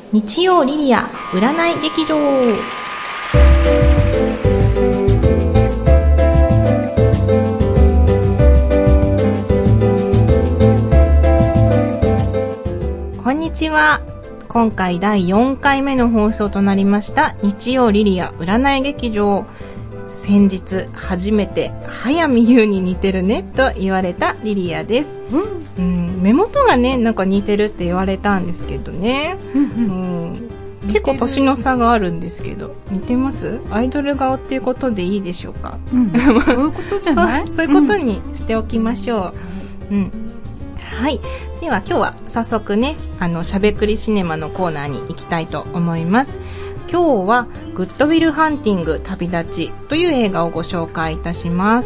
日曜リリア占い劇場。こんにちは。今回第4回目の放送となりました日曜リリア占い劇場。先日初めて早見優に似てるねと言われたリリアです。目元がねなんか似てるって言われたんですけどね、結構年の差があるんですけど、似てます？アイドル顔っていうことでいいでしょうか？ そういうことじゃない？ そういうことにしておきましょう。はい。では今日は早速ね、しゃべくりシネマのコーナーに行きたいと思います。今日はグッドウィルハンティング旅立ちという映画をご紹介いたします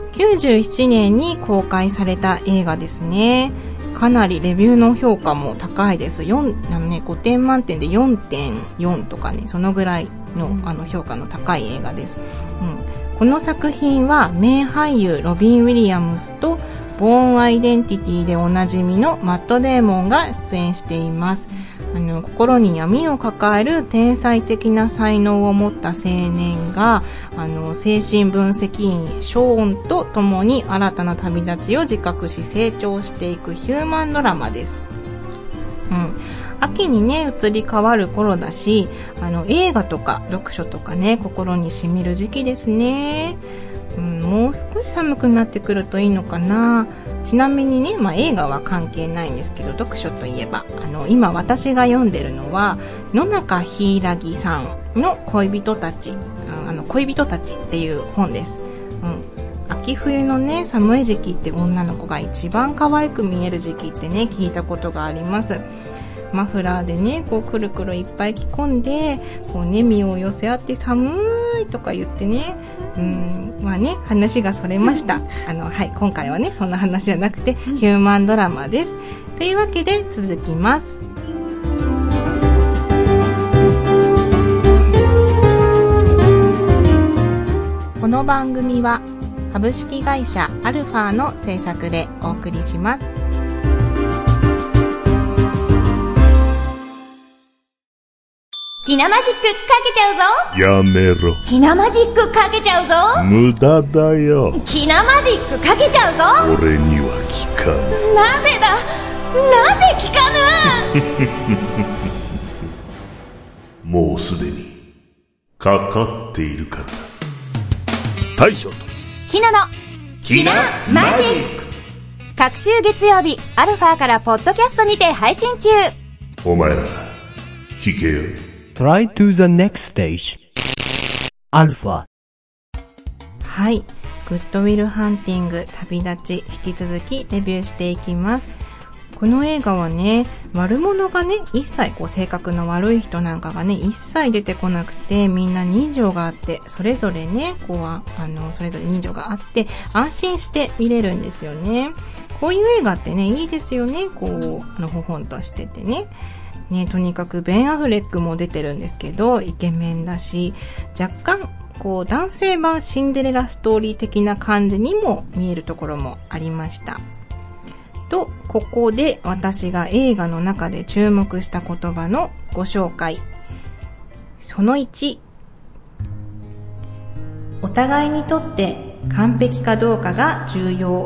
。97年に公開された映画ですね。かなりレビューの評価も高いです。5点満点で 4.4 とかね、そのぐらいの、評価の高い映画です。この作品は名俳優ロビン・ウィリアムスとボーン・アイデンティティでおなじみのマット・デーモンが出演しています。心に闇を抱える天才的な才能を持った青年が精神分析員ショーンと共に新たな旅立ちを自覚し成長していくヒューマンドラマです。秋にね移り変わる頃だし、映画とか読書とかね心に染みる時期ですね。もう少し寒くなってくるといいのかな。ちなみにね、映画は関係ないんですけど、読書といえば今私が読んでるのは野中柊さんの恋人たちっていう本です。秋冬のね寒い時期って女の子が一番可愛く見える時期ってね聞いたことがあります。マフラーでねこうくるくるいっぱい着込んでこうね身を寄せ合って寒いとか言ってね、話がそれました。今回はねそんな話じゃなくてヒューマンドラマです。というわけで続きます。この番組は株式会社アルファの制作でお送りします。 ひなマジックかけちゃうぞ。 やめろ。 ひなマジックかけちゃうぞ。 無駄だよ。 ひなマジックかけちゃうぞ。 俺には効かぬ。 なぜだ、なぜ効かぬもうすでにかかっているからだ。大将とひなのひなマジック、各週月曜日アルファからポッドキャストにて配信中。 お前ら聞けよ。 Try to the next stage. アルファ。 はい。グッドウィルハンティング旅立ち引き続きレビューしていきます。この映画はね、悪者がね、一切性格の悪い人なんかがね、一切出てこなくて、みんな人情があって、それぞれね、それぞれ人情があって、安心して見れるんですよね。こういう映画ってね、いいですよね。ほほんとしててね。とにかくベン・アフレックも出てるんですけど、イケメンだし、若干、男性版シンデレラストーリー的な感じにも見えるところもありました。と、ここで私が映画の中で注目した言葉のご紹介。その1、お互いにとって完璧かどうかが重要。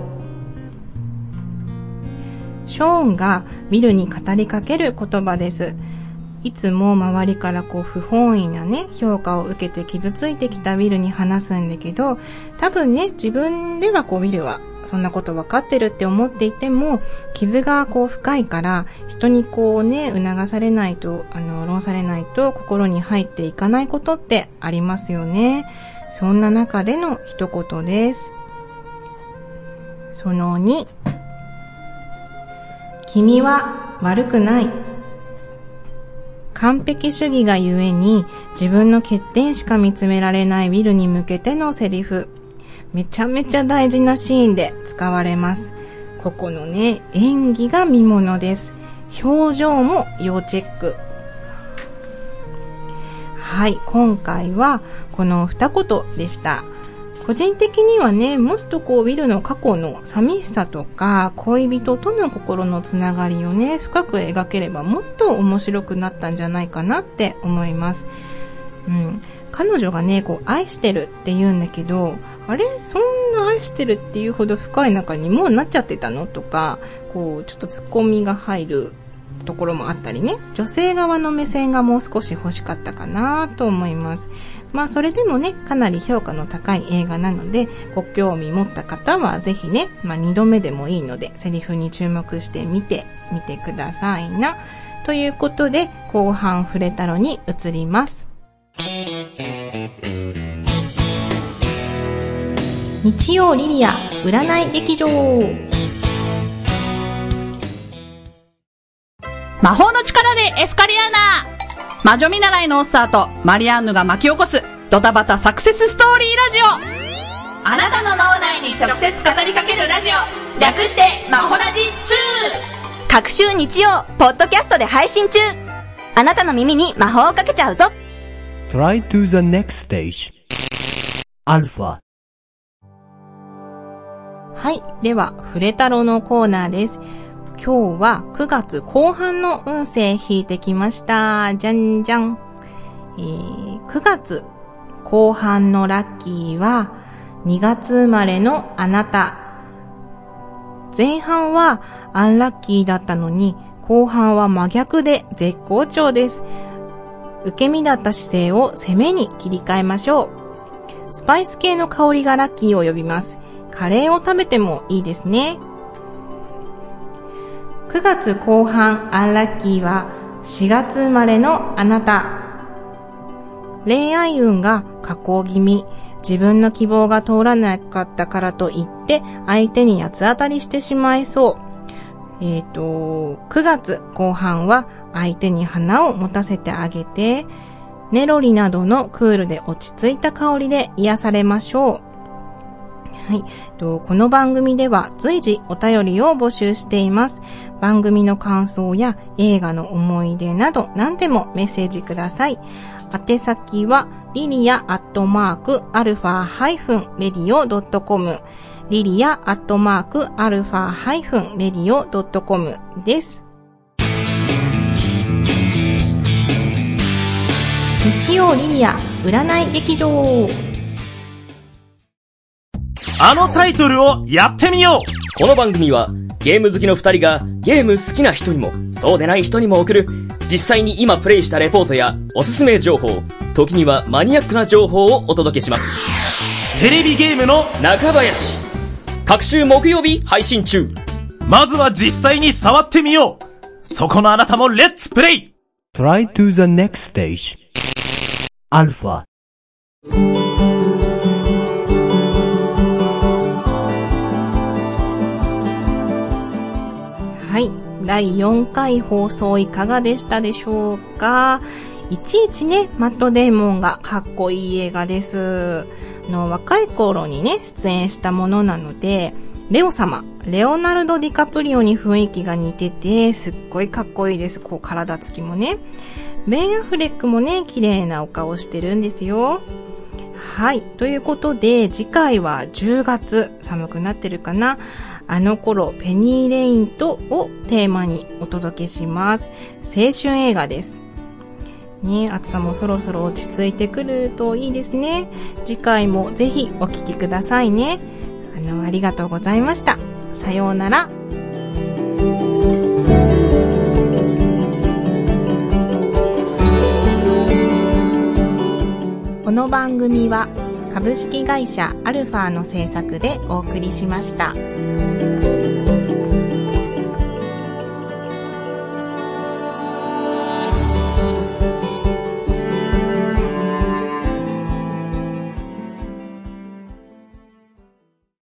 ショーンがウィルに語りかける言葉です。いつも周りから不本意なね、評価を受けて傷ついてきたウィルに話すんだけど、多分ね、自分ではウィルはそんなこと分かってるって思っていても、傷が深いから、人に促されないと、論されないと心に入っていかないことってありますよね。そんな中での一言です。その2、君は悪くない。完璧主義がゆえに自分の欠点しか見つめられないウィルに向けてのセリフ。めちゃめちゃ大事なシーンで使われます。ここのね、演技が見ものです。表情も要チェック。はい、今回はこの二言でした。 個人的にはね、もっとウィルの過去の寂しさとか恋人との心のつながりをね、深く描ければもっと面白くなったんじゃないかなって思います。彼女がね、愛してるって言うんだけど、あれそんな愛してるっていうほど深い中にもうなっちゃってたのとか、ちょっとツッコミが入るところもあったりね、女性側の目線がもう少し欲しかったかなと思います。それでもね、かなり評価の高い映画なので、ご興味持った方はぜひね、2度目でもいいので、セリフに注目してみてくださいな。ということで、後半フレタロに移ります。日曜リリア占い劇場。 魔法の力でエフカリアーナ、魔女見習いのオッサーとマリアンヌが巻き起こすドタバタサクセスストーリーラジオ。あなたの脳内に直接語りかけるラジオ、略してマホラジ2。 各週日曜ポッドキャストで配信中。あなたの耳に魔法をかけちゃうぞ。 Try to the next stage. Alpha。 はい、ではフレタロのコーナーです。今日は9月後半の運勢引いてきました。じゃんじゃん。9月後半のラッキーは2月生まれのあなた。前半はアンラッキーだったのに、後半は真逆で絶好調です。受け身だった姿勢を攻めに切り替えましょう。スパイス系の香りがラッキーを呼びます。カレーを食べてもいいですね。9月後半アンラッキーは4月生まれのあなた。恋愛運が下降気味。自分の希望が通らなかったからといって相手に八つ当たりしてしまいそう。9月後半は相手に花を持たせてあげて、ネロリなどのクールで落ち着いた香りで癒されましょう。はい、この番組では随時お便りを募集しています。番組の感想や映画の思い出など何でもメッセージください。宛先はlilia@alpha-radio.com lilia@alpha-radio.com です。日曜リリア占い劇場。 あのタイトルをやってみよう。 この番組はゲーム好きの2人がゲーム好きな人にもそうでない人にも送る実際に今プレイしたレポートやおすすめ情報、時にはマニアックな情報をお届けします。 テレビゲームの中林、各週木曜日配信中。 まずは実際に触ってみよう。そこのあなたもレッツプレイ。 Try to the next stage. Alpha。 はい、第4回放送いかがでしたでしょうか。いちいちね、マット・デイモンがかっこいい映画です。若い頃にね、出演したものなので、レオ様、レオナルド・ディカプリオに雰囲気が似てて、すっごいかっこいいです。体つきもね。ベン・アフレックもね、綺麗なお顔してるんですよ。はい、ということで、次回は10月、寒くなってるかな。あの頃ペニー・レイントをテーマにお届けします。青春映画ですね。暑さもそろそろ落ち着いてくるといいですね。次回もぜひお聞きくださいね。ありがとうございました。さようなら。この番組は株式会社アルファの制作でお送りしました。